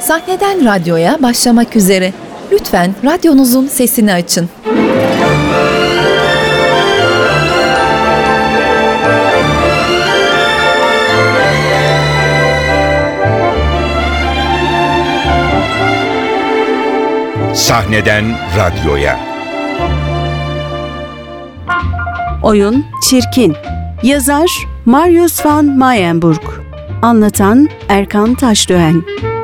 Sahneden radyoya başlamak üzere. Lütfen radyonuzun sesini açın. Sahneden radyoya. Oyun Çirkin. Yazar Marius van Mayenburg. Anlatan Erkan Taşdöğen.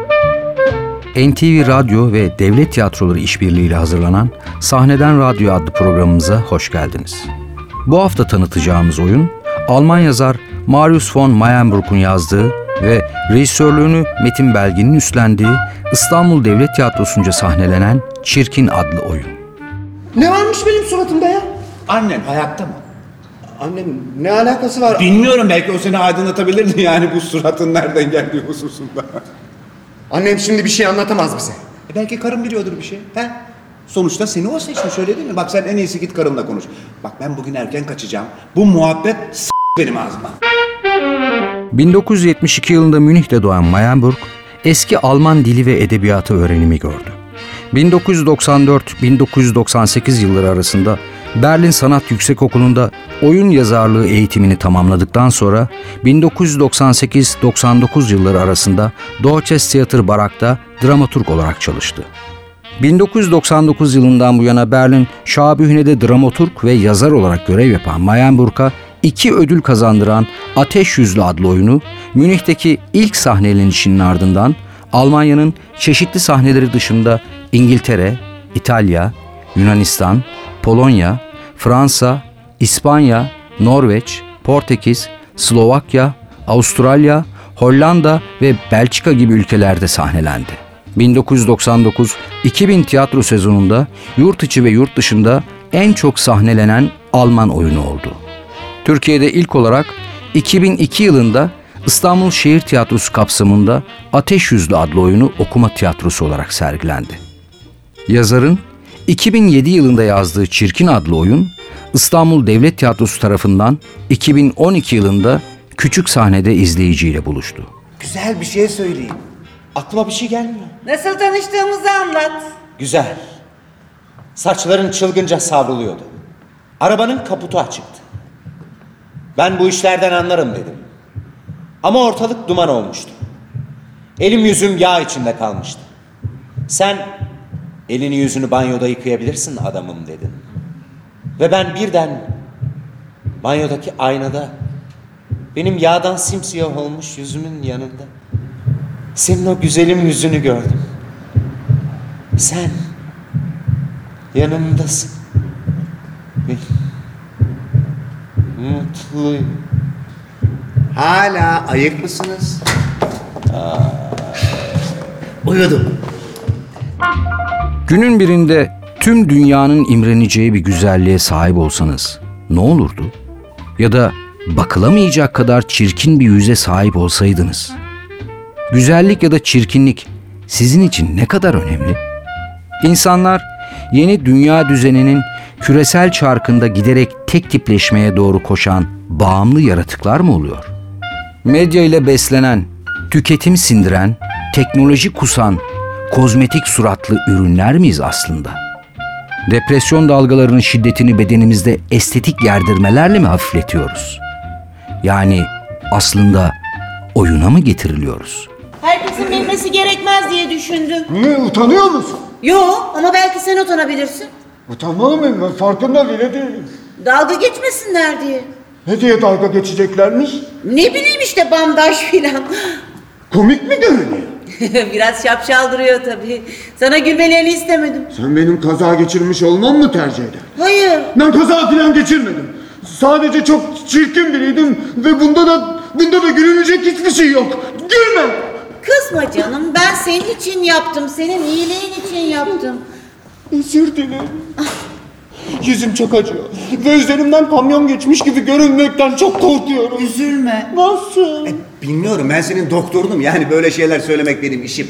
NTV Radyo ve Devlet Tiyatroları işbirliğiyle hazırlanan Sahneden Radyo adlı programımıza hoş geldiniz. Bu hafta tanıtacağımız oyun, Alman yazar Marius von Mayenburg'un yazdığı ve rejisörlüğünü Metin Belgin'in üstlendiği İstanbul Devlet Tiyatrosu'nca sahnelenen Çirkin adlı oyun. Ne varmış benim suratımda ya? Annen hayatta mı? Annem ne alakası var? Bilmiyorum, belki o seni aydınlatabilirdi yani bu suratın nereden geldiği hususunda. Annem şimdi bir şey anlatamaz bize. Belki karın biliyordur bir şey. He? Sonuçta seni o seçmiş, öyle değil mi? Bak sen en iyisi git karınla konuş. Bak ben bugün erken kaçacağım. Bu muhabbet benim ağzıma. 1972 yılında Münih'te doğan Mayenburg, eski Alman dili ve edebiyatı öğrenimi gördü. 1994-1998 yılları arasında Berlin Sanat Yüksekokulu'nda oyun yazarlığı eğitimini tamamladıktan sonra 1998-99 yılları arasında Deutsches Theater Barock'ta dramaturg olarak çalıştı. 1999 yılından bu yana Berlin Schaubühne'de dramaturg ve yazar olarak görev yapan Mayenburg'a 2 ödül kazandıran Ateş Yüzlü adlı oyunu, Münih'teki ilk sahnelenişinin ardından Almanya'nın çeşitli sahneleri dışında İngiltere, İtalya, Yunanistan, Polonya, Fransa, İspanya, Norveç, Portekiz, Slovakya, Avustralya, Hollanda ve Belçika gibi ülkelerde sahnelendi. 1999-2000 tiyatro sezonunda yurt içi ve yurt dışında en çok sahnelenen Alman oyunu oldu. Türkiye'de ilk olarak 2002 yılında İstanbul Şehir Tiyatrosu kapsamında Ateş Yüzlü adlı oyunu okuma tiyatrosu olarak sergilendi. Yazarın 2007 yılında yazdığı Çirkin adlı oyun, İstanbul Devlet Tiyatrosu tarafından 2012 yılında küçük sahnede izleyiciyle buluştu. Güzel bir şey söyleyeyim. Aklıma bir şey gelmiyor. Nasıl tanıştığımızı anlat. Güzel. Saçların çılgınca savruluyordu. Arabanın kaputu açıktı. Ben bu işlerden anlarım dedim. Ama ortalık duman olmuştu. Elim yüzüm yağ içinde kalmıştı. Sen elini yüzünü banyoda yıkayabilirsin adamım dedin. Ve ben birden banyodaki aynada benim yağdan simsiyah olmuş yüzümün yanında senin o güzelim yüzünü gördüm. Sen yanımdasın. Ve mutluyum. Hala ayık mısınız? Uyudum. Günün birinde tüm dünyanın imreneceği bir güzelliğe sahip olsanız ne olurdu? Ya da bakılamayacak kadar çirkin bir yüze sahip olsaydınız? Güzellik ya da çirkinlik sizin için ne kadar önemli? İnsanlar yeni dünya düzeninin küresel çarkında giderek tek tipleşmeye doğru koşan bağımlı yaratıklar mı oluyor? Medya ile beslenen, tüketim sindiren, teknoloji kusan, kozmetik suratlı ürünler miyiz aslında? Depresyon dalgalarının şiddetini bedenimizde estetik gerdirmelerle mi hafifletiyoruz? Yani aslında oyuna mı getiriliyoruz? Herkesin bilmesi gerekmez diye düşündüm. Ne, utanıyor musun? Yo, ama belki sen utanabilirsin. Utanmalı mıyım? Ben farkında bile değilim. Dalga geçmesinler diye. Ne diye dalga geçeceklermiş? Ne bileyim işte, bandaj filan. Komik mi görünüyor? Biraz şapşal duruyor tabii. Sana gülmelerini istemedim. Sen benim kaza geçirmiş olmam mı tercih eder? Hayır. Ben kaza falan geçirmedim. Sadece çok çirkin biriydim ve bunda da gülünecek hiçbir şey yok. Gülme! Kızma canım, ben senin için yaptım. Senin iyiliğin için yaptım. Özür dilerim. Yüzüm çok acıyor. Ve üzerimden kamyon geçmiş gibi görünmekten çok korkuyorum. Üzülme. Nasıl? Bilmiyorum, ben senin doktorunum. Yani böyle şeyler söylemek benim işim.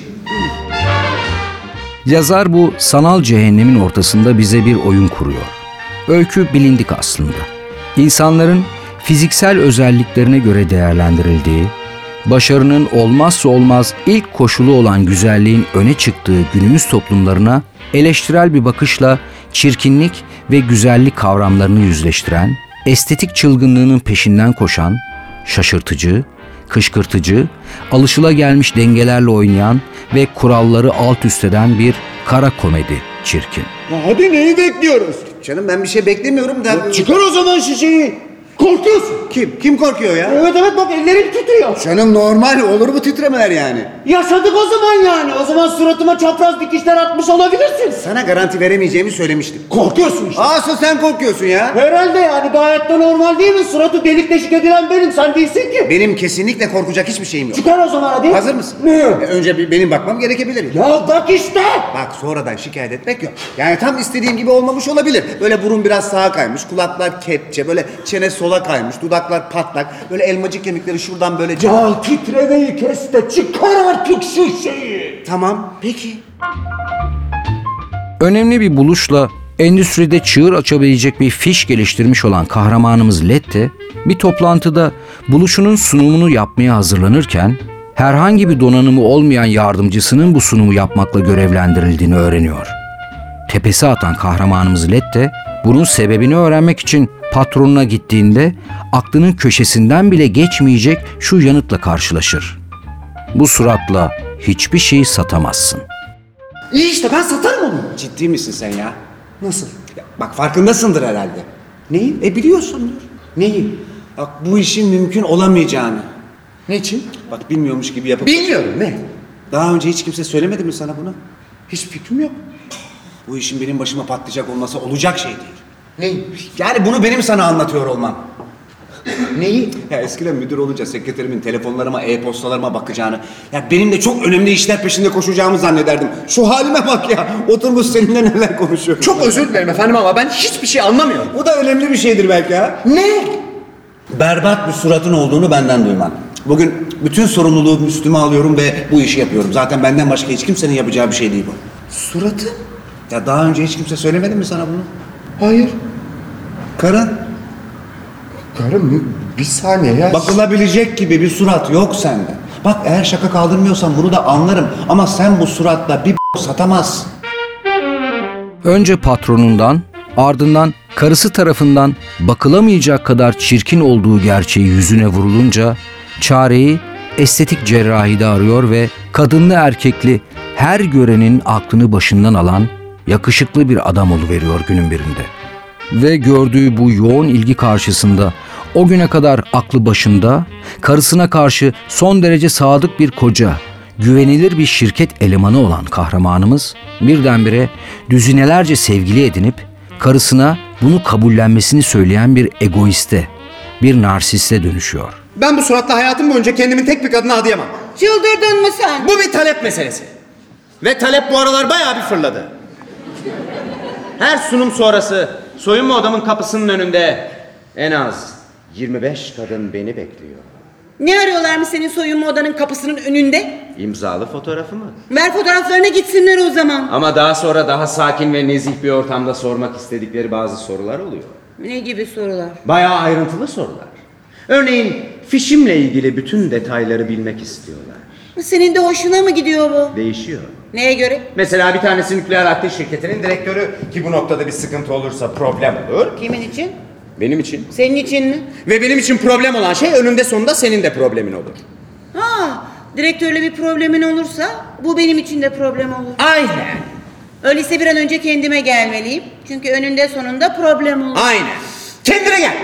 Yazar bu sanal cehennemin ortasında bize bir oyun kuruyor. Öykü bilindik aslında. İnsanların fiziksel özelliklerine göre değerlendirildiği, başarının olmazsa olmaz ilk koşulu olan güzelliğin öne çıktığı günümüz toplumlarına eleştirel bir bakışla çirkinlik ve güzellik kavramlarını yüzleştiren, estetik çılgınlığının peşinden koşan, şaşırtıcı, kışkırtıcı, alışılagelmiş dengelerle oynayan ve kuralları alt üst eden bir kara komedi Çirkin. Ya hadi neyi bekliyoruz? Canım ben bir şey beklemiyorum da. Çıkar o zaman şişeyi. Korkuyorsun. Kim korkuyor ya? Evet bak ellerim titriyor. Canım normal, olur bu titremeler yani? Yaşadık o zaman yani. O zaman suratıma çapraz dikişler atmış olabilirsin. Sana garanti veremeyeceğimi söylemiştim. Korkuyorsun işte. Asıl sen korkuyorsun ya. Herhalde yani gayet de normal değil mi? Suratı delik deşik edilen benim, sen değilsin ki. Benim kesinlikle korkacak hiçbir şeyim yok. Çıkar o zaman hadi. Hazır mısın? Ne? Önce benim bakmam gerekebilir. Ya bak işte. Bak sonradan şikayet etmek yok. Yani tam istediğim gibi olmamış olabilir. Böyle burun biraz sağa kaymış, kulaklar kepçe, böyle çene sola kaymış, dudaklar patlak, böyle elmacık kemikleri şuradan böyle... Ya titremeyi kes de çıkar artık şu şeyi. Tamam, peki. Önemli bir buluşla endüstride çığır açabilecek bir fiş geliştirmiş olan kahramanımız Lette, bir toplantıda buluşunun sunumunu yapmaya hazırlanırken herhangi bir donanımı olmayan yardımcısının bu sunumu yapmakla görevlendirildiğini öğreniyor. Tepesi atan kahramanımız Lette, bunun sebebini öğrenmek için patronuna gittiğinde aklının köşesinden bile geçmeyecek şu yanıtla karşılaşır. Bu suratla hiçbir şey satamazsın. İyi işte ben satarım onu. Ciddi misin sen ya? Nasıl? Ya bak farkındasındır herhalde. Neyi? Biliyorsundur. Neyi? Bak bu işin mümkün olamayacağını. Ne için? Bak bilmiyormuş gibi yapıp... Bilmiyorum ne? Daha önce hiç kimse söylemedi mi sana bunu? Hiç fikrim yok. Bu işin benim başıma patlayacak olması olacak şey değil. Neyi? Yani bunu benim sana anlatıyor olmam. Neyi? Ya eskiden müdür olunca sekreterimin telefonlarıma, e-postalarıma bakacağını, ya benim de çok önemli işler peşinde koşacağımı zannederdim. Şu halime bak ya, oturmuş seninle neler konuşuyorum. Çok özür dilerim efendim ama ben hiçbir şey anlamıyorum. Bu da önemli bir şeydir belki ha. Ne? Berbat bir suratın olduğunu benden duyman. Bugün bütün sorumluluğu üstüme alıyorum ve bu işi yapıyorum. Zaten benden başka hiç kimsenin yapacağı bir şey değil bu. Suratı? Ya daha önce hiç kimse söylemedi mi sana bunu? Hayır. Karın, Karım bir saniye ya. bakılabilecek gibi bir surat yok sende. Bak eğer şaka kaldırmıyorsan bunu da anlarım. Ama sen bu suratla bir satamazsın. Önce patronundan, ardından karısı tarafından bakılamayacak kadar çirkin olduğu gerçeği yüzüne vurulunca çareyi estetik cerrahide arıyor ve kadınlı erkekli her görenin aklını başından alan yakışıklı bir adam oluveriyor günün birinde. Ve gördüğü bu yoğun ilgi karşısında o güne kadar aklı başında, karısına karşı son derece sadık bir koca, güvenilir bir şirket elemanı olan kahramanımız birdenbire düzinelerce sevgili edinip karısına bunu kabullenmesini söyleyen bir egoiste, bir narsiste dönüşüyor. Ben bu suratla hayatım boyunca kendimin tek bir kadına adayamam. Çıldırdın mı sen? Bu bir talep meselesi. Ve talep bu aralar bayağı bir fırladı. Her sunum sonrası soyunma odamın kapısının önünde en az 25 kadın beni bekliyor. Ne arıyorlarmış senin soyunma odanın kapısının önünde? İmzalı fotoğrafımı. Ver fotoğraflarına gitsinler o zaman. Ama daha sonra daha sakin ve nezih bir ortamda sormak istedikleri bazı sorular oluyor. Ne gibi sorular? Bayağı ayrıntılı sorular. Örneğin fişimle ilgili bütün detayları bilmek istiyorlar. Senin de hoşuna mı gidiyor bu? Değişiyor. Neye göre? Mesela bir tanesi nükleer aktif şirketinin direktörü ki bu noktada bir sıkıntı olursa problem olur. Kimin için? Benim için. Senin için mi? Ve benim için problem olan şey önünde sonunda senin de problemin olur. Ha, direktörle bir problemin olursa bu benim için de problem olur. Aynen. Öyleyse bir an önce kendime gelmeliyim. Çünkü önünde sonunda problem olur. Aynen. Kendine gel.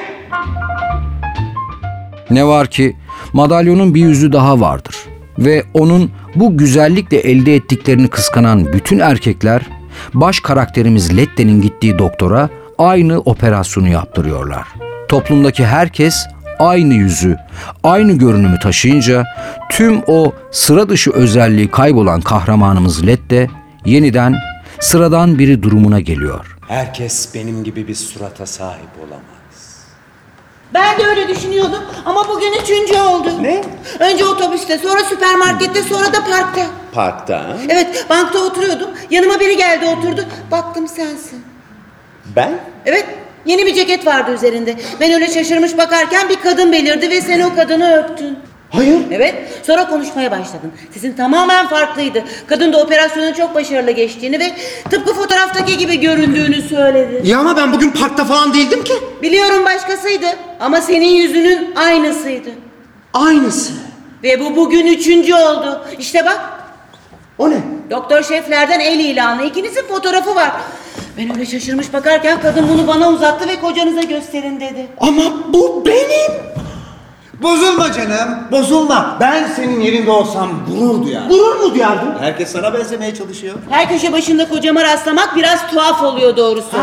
Ne var ki madalyonun bir yüzü daha vardır ve onun bu güzellikle elde ettiklerini kıskanan bütün erkekler baş karakterimiz Lette'nin gittiği doktora aynı operasyonu yaptırıyorlar. Toplumdaki herkes aynı yüzü, aynı görünümü taşıyınca tüm o sıra dışı özelliği kaybolan kahramanımız Lette yeniden sıradan biri durumuna geliyor. Herkes benim gibi bir surata sahip olamaz. Ben de öyle düşünüyordum ama bugün 3. oldu. Ne? Önce otobüste, sonra süpermarkette, sonra da parkta. Parkta ha? Evet, bankta oturuyordum. Yanıma biri geldi oturdu. Baktım sensin. Ben? Evet, yeni bir ceket vardı üzerinde. Ben öyle şaşırmış bakarken bir kadın belirdi ve sen o kadını öptün. Hayır. Evet, sonra konuşmaya başladın. Sesin tamamen farklıydı. Kadın da operasyonun çok başarılı geçtiğini ve tıpkı fotoğraftaki gibi göründüğünü söyledi. Ya ama ben bugün parkta falan değildim ki. Biliyorum başkasıydı ama senin yüzünün aynısıydı. Aynısı. Ve bu bugün 3. oldu. İşte bak. O ne? Doktor Şefler'den el ilanı. İkinizin fotoğrafı var. Ben öyle şaşırmış bakarken kadın bunu bana uzattı ve kocanıza gösterin dedi. Ama bu benim. Bozulma canım, bozulma. Ben senin yerinde olsam gurur duyarım. Gurur mu duyardın? Herkes sana benzemeye çalışıyor. Her köşe başında kocama rastlamak biraz tuhaf oluyor doğrusu.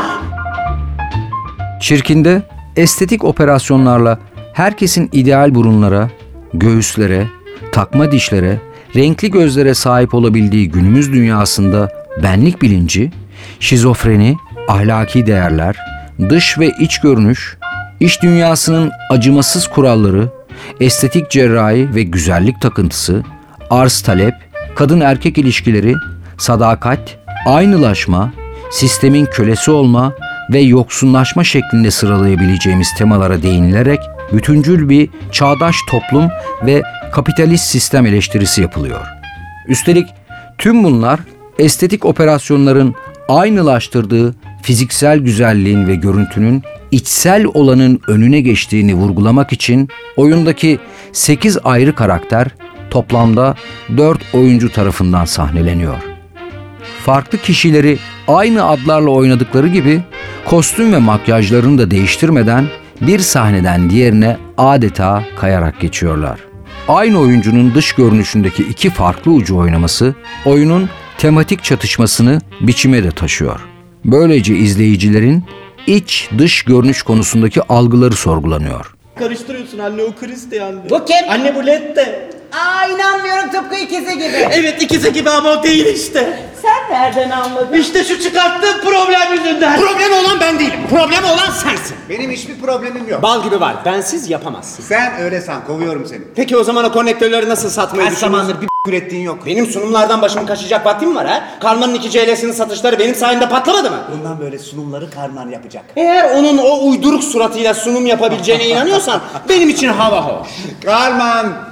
Çirkinde estetik operasyonlarla herkesin ideal burunlara, göğüslere, takma dişlere, renkli gözlere sahip olabildiği günümüz dünyasında benlik bilinci, şizofreni, ahlaki değerler, dış ve iç görünüş, iç dünyasının acımasız kuralları, estetik cerrahi ve güzellik takıntısı, arz talep, kadın erkek ilişkileri, sadakat, aynılaşma, sistemin kölesi olma ve yoksunlaşma şeklinde sıralayabileceğimiz temalara değinilerek bütüncül bir çağdaş toplum ve kapitalist sistem eleştirisi yapılıyor. Üstelik tüm bunlar estetik operasyonların aynılaştırdığı fiziksel güzelliğin ve görüntünün içsel olanın önüne geçtiğini vurgulamak için oyundaki 8 ayrı karakter toplamda 4 oyuncu tarafından sahneleniyor. Farklı kişileri aynı adlarla oynadıkları gibi kostüm ve makyajlarını da değiştirmeden bir sahneden diğerine adeta kayarak geçiyorlar. Aynı oyuncunun dış görünüşündeki 2 farklı ucu oynaması oyunun tematik çatışmasını biçime de taşıyor. Böylece izleyicilerin iç dış görünüş konusundaki algıları sorgulanıyor. Karıştırıyorsun anne, o Hristiyan. Bu kim? Anne bu Lette. Aa, inanmıyorum, tıpkı ikizi gibi. Evet, ikisi gibi ama o değil işte. Sen nereden anladın? İşte şu çıkarttığın problem yüzünden. Problem olan ben değilim. Problem olan sensin. Benim hiçbir problemim yok. Bal gibi var. Bensiz yapamazsın. Sen öyle san, kovuyorum seni. Peki o zaman o konnektörleri nasıl satmayı Kaç düşünüyorsun? zamandır bir ürettiğin yok. Benim sunumlardan başımı kaşıyacak vaktim var ha? Karman'ın 2 CL'sinin satışları benim sayemde patlamadı mı? Bundan böyle sunumları Karman yapacak. Eğer onun o uyduruk suratıyla sunum yapabileceğine inanıyorsan benim için hava hoş. Karman!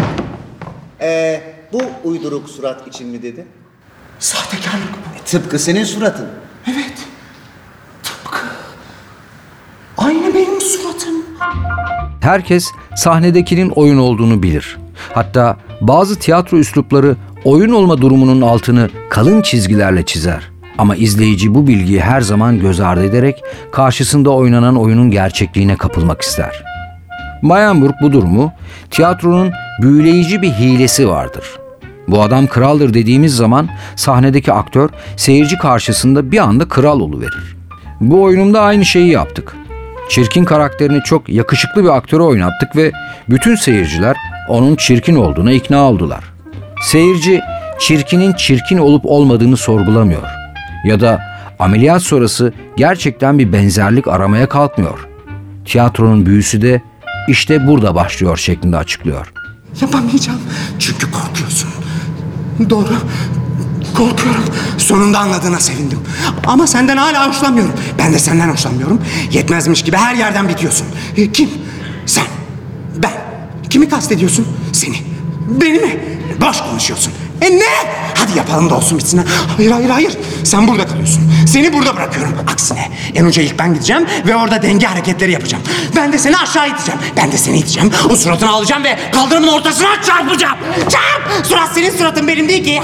Bu uyduruk surat için mi dedi? Sahtekarlık bu. Tıpkı senin suratın. Evet. Tıpkı. Aynı benim suratım. Herkes sahnedekinin oyun olduğunu bilir. Hatta bazı tiyatro üslupları oyun olma durumunun altını kalın çizgilerle çizer. Ama izleyici bu bilgiyi her zaman göz ardı ederek karşısında oynanan oyunun gerçekliğine kapılmak ister. Meyerburg bu durumu tiyatronun büyüleyici bir hilesi vardır. Bu adam kraldır dediğimiz zaman sahnedeki aktör seyirci karşısında bir anda kral oluverir. Bu oyunumda aynı şeyi yaptık. Çirkin karakterini çok yakışıklı bir aktöre oynattık ve bütün seyirciler onun çirkin olduğuna ikna oldular. Seyirci çirkinin çirkin olup olmadığını sorgulamıyor ya da ameliyat sonrası gerçekten bir benzerlik aramaya kalkmıyor. Tiyatronun büyüsü de işte burada başlıyor şeklinde açıklıyor. Yapamayacağım çünkü korkuyorsun. Doğru. Korkuyorum. Sonunda anladığına sevindim. Ama senden hala hoşlanmıyorum. Ben de senden hoşlanmıyorum. Yetmezmiş gibi her yerden bitiyorsun. Kim? Sen. Ben. Kimi kastediyorsun? Seni. Beni mi? Boş konuşuyorsun. Ne? Hadi yapalım da olsun bitsin. Hayır. Sen burada kalıyorsun. Seni burada bırakıyorum. Aksine en uca ilk ben gideceğim ve orada denge hareketleri yapacağım. Ben de seni aşağı iteceğim. Ben de seni iteceğim. O suratını alacağım ve kaldırımın ortasına çarpacağım. Çarp! Surat senin suratın, benim değil ki.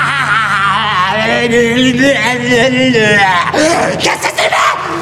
Kes sesini!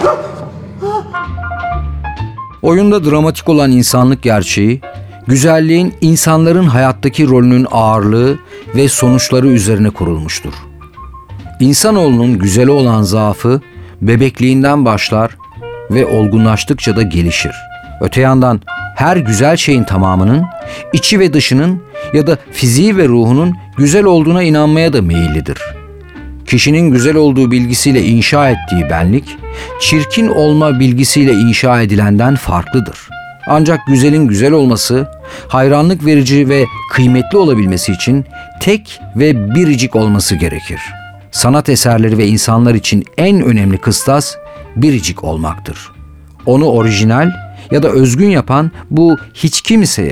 Oyunda dramatik olan insanlık gerçeği, güzelliğin insanların hayattaki rolünün ağırlığı ve sonuçları üzerine kurulmuştur. İnsanoğlunun güzeli olan zaafı bebekliğinden başlar ve olgunlaştıkça da gelişir. Öte yandan her güzel şeyin tamamının, içi ve dışının ya da fiziği ve ruhunun güzel olduğuna inanmaya da meyillidir. Kişinin güzel olduğu bilgisiyle inşa ettiği benlik, çirkin olma bilgisiyle inşa edilenden farklıdır. Ancak güzelin güzel olması, hayranlık verici ve kıymetli olabilmesi için tek ve biricik olması gerekir. Sanat eserleri ve insanlar için en önemli kıstas biricik olmaktır. Onu orijinal ya da özgün yapan bu hiç kimseye,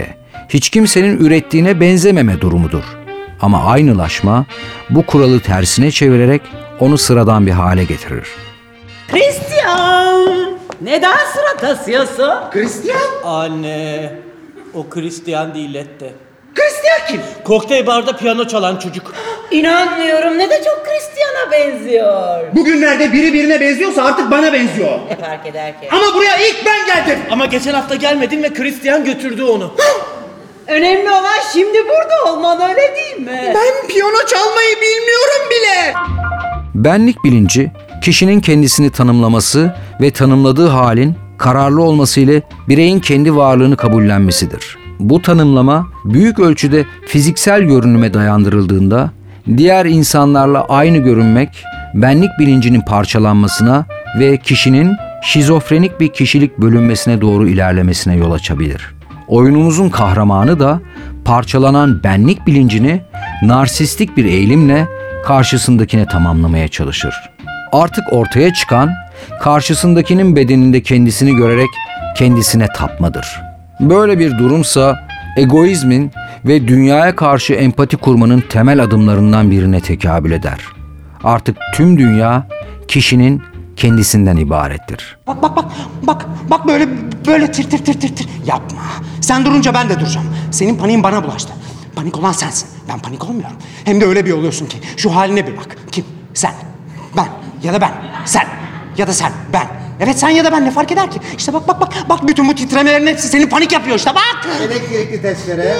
hiç kimsenin ürettiğine benzememe durumudur. Ama aynılaşma bu kuralı tersine çevirerek onu sıradan bir hale getirir. Christian! Neden sıra tasıyorsun? Christian? Anne, o Christian değil Lette. Christian kim? Kokteyl barda piyano çalan çocuk. İnanmıyorum, ne de çok Christian'a benziyor. Bugünlerde biri birine benziyorsa artık bana benziyor. Ne fark eder ki? Ama buraya ilk ben geldim. Ama geçen hafta gelmedin ve Christian götürdü onu. Önemli olan şimdi burada olman, öyle değil mi? Ben piyano çalmayı bilmiyorum bile. Benlik bilinci, kişinin kendisini tanımlaması ve tanımladığı halin kararlı olması ile bireyin kendi varlığını kabullenmesidir. Bu tanımlama büyük ölçüde fiziksel görünüme dayandırıldığında diğer insanlarla aynı görünmek, benlik bilincinin parçalanmasına ve kişinin şizofrenik bir kişilik bölünmesine doğru ilerlemesine yol açabilir. Oyunumuzun kahramanı da parçalanan benlik bilincini narsistik bir eğilimle karşısındakine tamamlamaya çalışır. Artık ortaya çıkan, karşısındakinin bedeninde kendisini görerek kendisine tapmadır. Böyle bir durumsa egoizmin ve dünyaya karşı empati kurmanın temel adımlarından birine tekabül eder. Artık tüm dünya kişinin kendisinden ibarettir. Bak böyle tir yapma. Sen durunca ben de duracağım. Senin paniğin bana bulaştı. Panik olan sensin. Ben panik olmuyorum. Hem de öyle bir oluyorsun ki. Şu haline bir bak. Kim? Sen. Ben. Ya da ben. Sen. Ya da sen. Ben. Evet, sen ya da ben, ne fark eder ki? İşte bak bütün bu titremelerin hepsi seni panik yapıyor işte, bak. Elektrikli testere.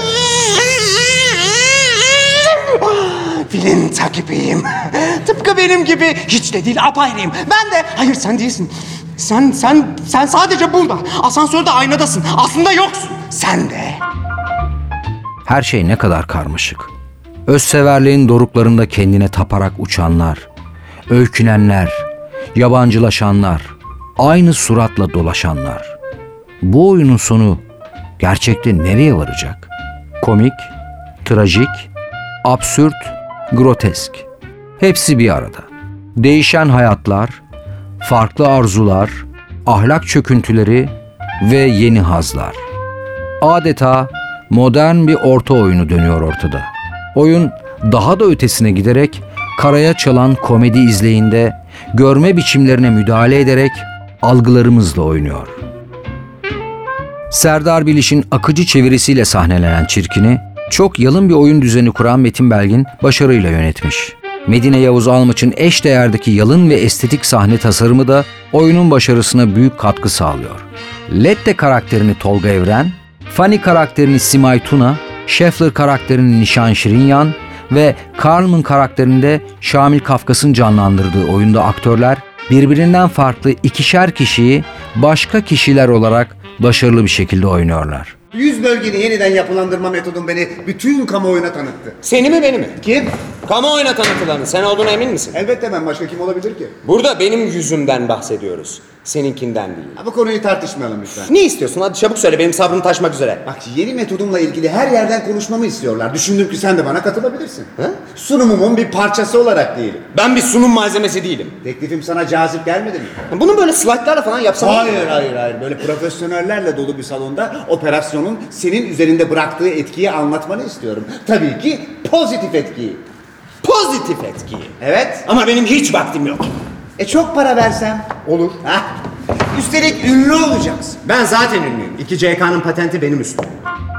Filin takipiyim. Tıpkı benim gibi. Hiç de değil, apayrıyım. Ben de. Hayır, sen değilsin. Sen sadece burada. Asansörde aynadasın. Aslında yoksun. Sen de. Her şey ne kadar karmaşık. Özseverliğin doruklarında kendine taparak uçanlar, öykünenler, yabancılaşanlar, aynı suratla dolaşanlar. Bu oyunun sonu gerçekte nereye varacak? Komik, trajik, absürt, grotesk. Hepsi bir arada. Değişen hayatlar, farklı arzular, ahlak çöküntüleri ve yeni hazlar. Adeta modern bir orta oyunu dönüyor ortada. Oyun daha da ötesine giderek karaya çalan komedi izleyinde görme biçimlerine müdahale ederek algılarımızla oynuyor. Serdar Biliş'in akıcı çevirisiyle sahnelenen Çirkin'i çok yalın bir oyun düzeni kuran Metin Belgin başarıyla yönetmiş. Medine Yavuz Almaç'ın eş değerdeki yalın ve estetik sahne tasarımı da oyunun başarısına büyük katkı sağlıyor. Lette karakterini Tolga Evren, Fanny karakterini Simay Tuna, Scheffler karakterini Nişan Şirinyan ve Carmen karakterinde Şamil Kafkas'ın canlandırdığı oyunda aktörler birbirinden farklı ikişer kişiyi başka kişiler olarak başarılı bir şekilde oynuyorlar. 100 bölgeni yeniden yapılandırma metodum beni bütün kamuoyuna tanıttı. Seni mi beni mi? Kim? Kamuoyuna tanıtılanı. Sen olduğuna emin misin? Elbette ben, başka kim olabilir ki? Burada benim yüzümden bahsediyoruz. Seninkinden değil. Bu konuyu tartışmayalım lütfen. Ne istiyorsun? Hadi çabuk söyle, benim sabrım taşmak üzere. Bak, yeni metodumla ilgili her yerden konuşmamı istiyorlar. Düşündüm ki sen de bana katılabilirsin. Ha? Sunumumun bir parçası olarak değilim. Ben bir sunum malzemesi değilim. Teklifim sana cazip gelmedi mi? Bunu böyle slaytlarla falan yapsam... Hayır. Böyle profesyonellerle dolu bir salonda operasyonun senin üzerinde bıraktığı etkiyi anlatmanı istiyorum. Tabii ki pozitif etkiyi. Pozitif etkiyi. Evet. Ama benim hiç vaktim yok. Çok para versem? Olur. Hah. Üstelik ünlü olacaksın. Ben zaten ünlüyüm. 2CK'nın patenti benim üstüme.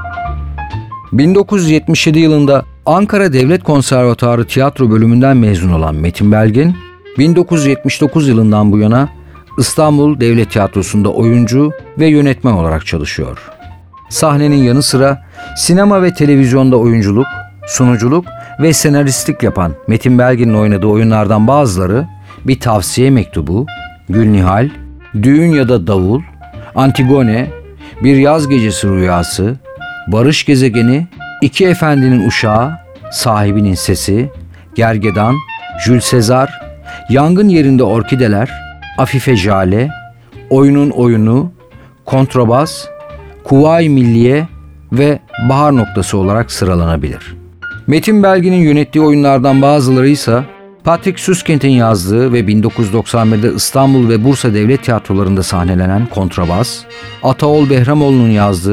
1977 yılında Ankara Devlet Konservatuarı Tiyatro bölümünden mezun olan Metin Belgin, 1979 yılından bu yana İstanbul Devlet Tiyatrosu'nda oyuncu ve yönetmen olarak çalışıyor. Sahnenin yanı sıra sinema ve televizyonda oyunculuk, sunuculuk ve senaristlik yapan Metin Belgin'in oynadığı oyunlardan bazıları Bir Tavsiye Mektubu, Gülnihal, Düğün ya da Davul, Antigone, Bir Yaz Gecesi Rüyası, Barış Gezegeni, İki Efendinin Uşağı, Sahibinin Sesi, Gergedan, Jules Sezar, Yangın Yerinde Orkideler, Afife Jale, Oyunun Oyunu, Kontrabas, Kuvayi Milliye ve Bahar Noktası olarak sıralanabilir. Metin Belgin'in yönettiği oyunlardan bazıları ise Patrick Süskind'in yazdığı ve 1991'de İstanbul ve Bursa Devlet Tiyatroları'nda sahnelenen Kontrabas, Ataol Behramoğlu'nun yazdığı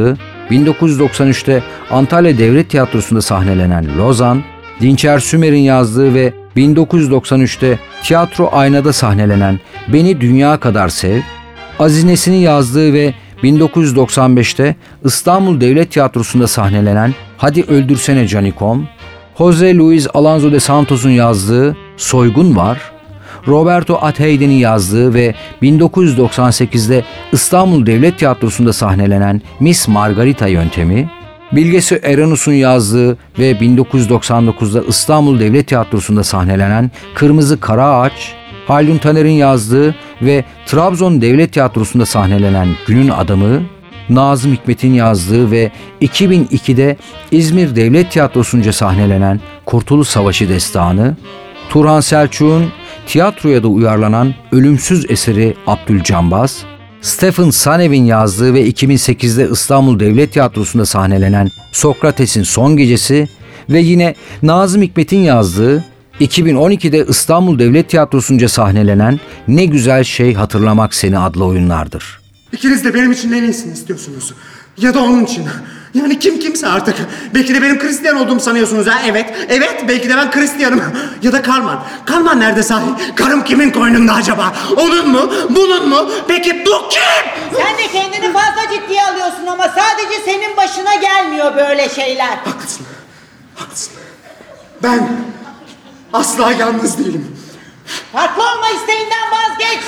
1993'te Antalya Devlet Tiyatrosu'nda sahnelenen Lozan, Dinçer Sümer'in yazdığı ve 1993'te Tiyatro Ayna'da sahnelenen Beni Dünya Kadar Sev, Aziz Nesin'in yazdığı ve 1995'te İstanbul Devlet Tiyatrosu'nda sahnelenen Hadi Öldürsene Canikom, Jose Luis Alonso de Santos'un yazdığı Soygun var, Roberto Ateide'nin yazdığı ve 1998'de İstanbul Devlet Tiyatrosu'nda sahnelenen Miss Margarita Yöntemi, Bilge Eranus'un yazdığı ve 1999'da İstanbul Devlet Tiyatrosu'nda sahnelenen Kırmızı Kara Ağaç, Haldun Taner'in yazdığı ve Trabzon Devlet Tiyatrosu'nda sahnelenen Günün Adamı, Nazım Hikmet'in yazdığı ve 2002'de İzmir Devlet Tiyatrosu'nca sahnelenen Kurtuluş Savaşı Destanı, Turhan Selçuk'un tiyatroya da uyarlanan ölümsüz eseri Abdülcambaz, Stephen Sanev'in yazdığı ve 2008'de İstanbul Devlet Tiyatrosu'nda sahnelenen Sokrates'in Son Gecesi ve yine Nazım Hikmet'in yazdığı 2012'de İstanbul Devlet Tiyatrosu'nca sahnelenen Ne Güzel Şey Hatırlamak Seni adlı oyunlardır. İkiniz de benim için en iyisini istiyorsunuz. Ya da onun için. Yani kim kimse artık. Belki de benim Hristiyan olduğumu sanıyorsunuz ha? Evet belki de ben Hristiyanım. Ya da Karman. Karman nerede sahi? Karım kimin koynunda acaba? Onun mu? Bunun mu? Peki bu kim? Sen de kendini fazla ciddiye alıyorsun ama sadece senin başına gelmiyor böyle şeyler. Haklısın. Ben asla yalnız değilim. Farklı olma isteğinden vazgeç.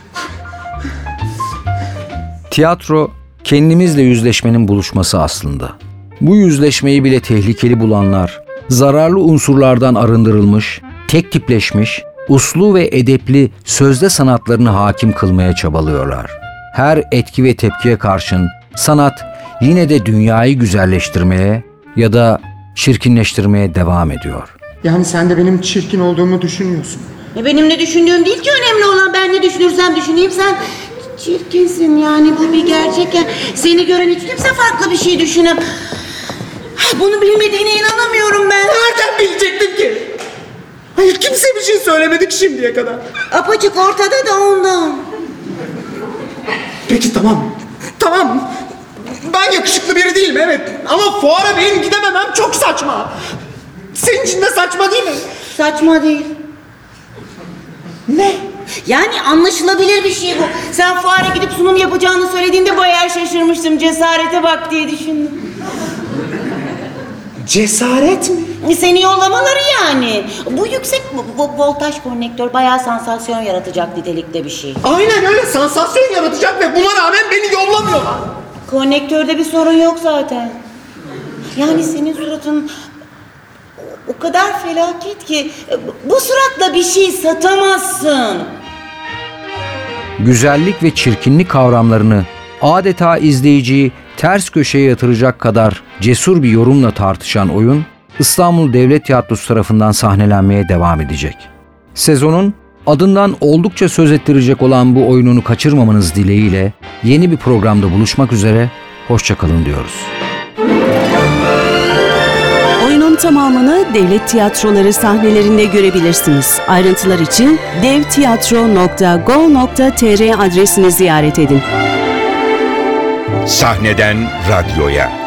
Tiyatro, kendimizle yüzleşmenin buluşması aslında. Bu yüzleşmeyi bile tehlikeli bulanlar, zararlı unsurlardan arındırılmış, tek tipleşmiş, uslu ve edepli sözde sanatlarını hakim kılmaya çabalıyorlar. Her etki ve tepkiye karşın sanat yine de dünyayı güzelleştirmeye ya da çirkinleştirmeye devam ediyor. Yani sen de benim çirkin olduğumu düşünüyorsun. Benim ne düşündüğüm değil ki önemli olan. Ben ne düşünürsem düşüneyim, sen çirkinsin, yani bu bir gerçek. Yani seni gören hiç kimse farklı bir şey düşünem. Bunu bilmediğine inanamıyorum ben. Nereden bilecektim ki? Hayır, kimse bir şey söylemedik şimdiye kadar. Apaçık ortada da ondan. Peki tamam. Ben yakışıklı biri değilim, evet. Ama fuara benim gidememem çok saçma. Senin için de saçma değil mi? Saçma değil. Ne? Yani anlaşılabilir bir şey bu. Sen fuara gidip sunum yapacağını söylediğinde bayağı şaşırmıştım. Cesarete bak diye düşündüm. Cesaret mi? Seni yollamaları yani. Bu yüksek voltaj konnektör bayağı sansasyon yaratacak nitelikte bir şey. Aynen öyle, sansasyon yaratacak ve buna rağmen beni yollamıyorlar. Konnektörde bir sorun yok zaten. Yani senin suratın o kadar felaket ki bu suratla bir şey satamazsın. Güzellik ve çirkinlik kavramlarını adeta izleyiciyi ters köşeye yatıracak kadar cesur bir yorumla tartışan oyun, İstanbul Devlet Tiyatrosu tarafından sahnelenmeye devam edecek. Sezonun adından oldukça söz ettirecek olan bu oyununu kaçırmamanız dileğiyle yeni bir programda buluşmak üzere, hoşça kalın diyoruz. Oyunun tamamını devlet tiyatroları sahnelerinde görebilirsiniz. Ayrıntılar için devtiyatro.go.tr adresini ziyaret edin. Sahneden radyoya.